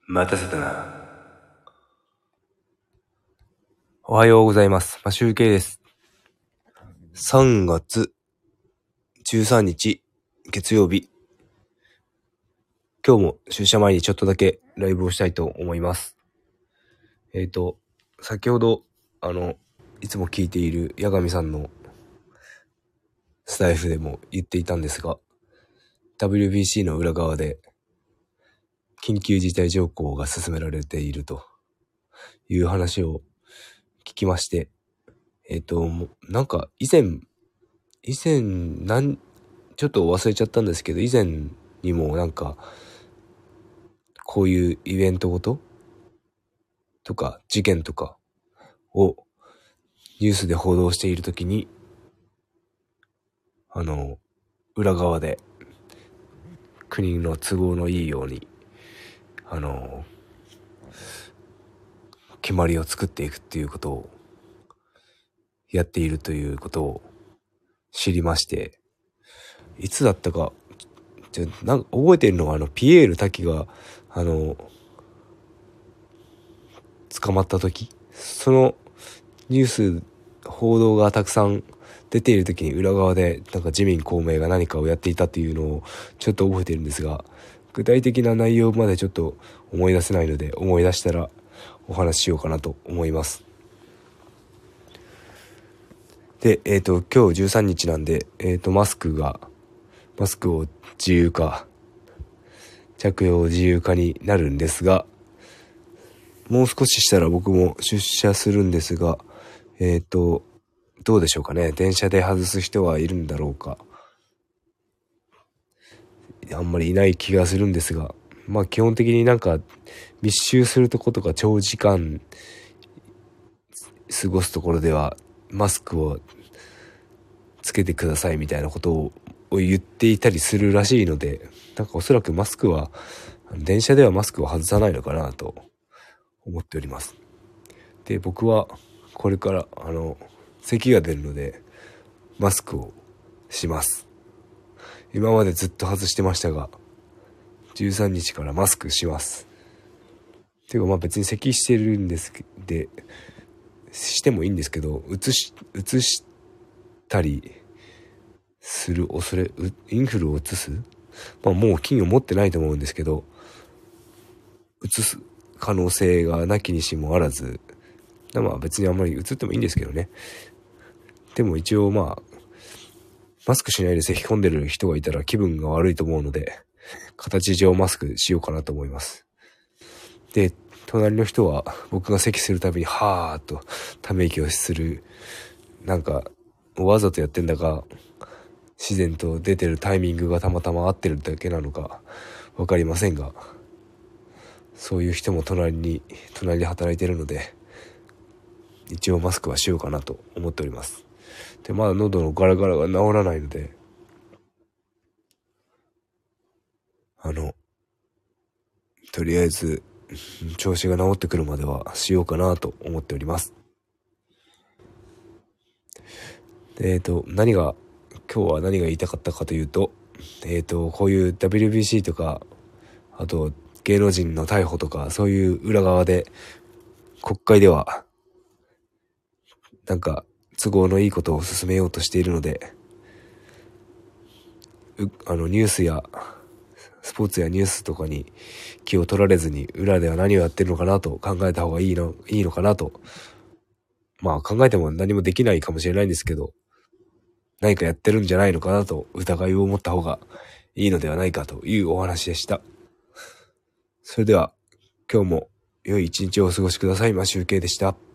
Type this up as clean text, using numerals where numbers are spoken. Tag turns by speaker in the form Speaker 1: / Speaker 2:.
Speaker 1: 待たせたな。おはようございます。集計です。3月13日月曜日。今日も出社前にちょっとだけライブをしたいと思います。先ほどいつも聞いている八神さんのスタイフでも言っていたんですが、WBC の裏側で緊急事態条項が進められているという話を聞きまして、なんか以前ちょっと忘れちゃったんですけど、以前にもなんかこういうイベントごととか事件とかをニュースで報道しているときに、裏側で国の都合のいいように決まりを作っていくっていうことをやっているということを知りまして、いつだったかなんか覚えているのがピエール滝が捕まった時、そのニュース報道がたくさん出ている時に裏側でなんか自民公明が何かをやっていたっていうのをちょっと覚えているんですが、具体的な内容までちょっと思い出せないので、思い出したらお話ししようかなと思います。で、今日13日なんで、マスクを自由化、着用自由化になるんですが、もう少ししたら僕も出社するんですが、どうでしょうかね。電車で外す人はいるんだろうか。あんまりいない気がするんですが、まあ基本的になんか密集するとことか長時間過ごすところではマスクをつけてくださいみたいなことを言っていたりするらしいので、なんかおそらく電車ではマスクを外さないのかなと思っております。で、僕はこれから咳が出るのでマスクをします。今までずっと外してましたが、13日からマスクします。ていうかまあ別に咳してるんですでしてもいいんですけど、移したりする恐れ、インフルを移す、まあもう菌を持ってないと思うんですけど、移す可能性がなきにしもあらず、まあ別にあんまり移ってもいいんですけどね。でも一応まあマスクしないで咳込んでる人がいたら気分が悪いと思うので、形上マスクしようかなと思います。で、隣の人は僕が咳するたびにはーっとため息をする、なんかわざとやってんだか自然と出てるタイミングがたまたま合ってるだけなのかわかりませんが、そういう人も隣で働いているので、一応マスクはしようかなと思っております。で、まだ喉のガラガラが治らないので、とりあえず調子が治ってくるまではしようかなと思っております。で、今日は何が言いたかったかというと、こういう WBC とか、あと芸能人の逮捕とか、そういう裏側で国会ではなんか都合のいいことを進めようとしているので、ニュースやスポーツやニュースとかに気を取られずに、裏では何をやってるのかなと考えた方がいいのかなと。まあ考えても何もできないかもしれないんですけど、何かやってるんじゃないのかなと疑いを持った方がいいのではないかというお話でした。それでは今日も良い一日をお過ごしください。集計でした。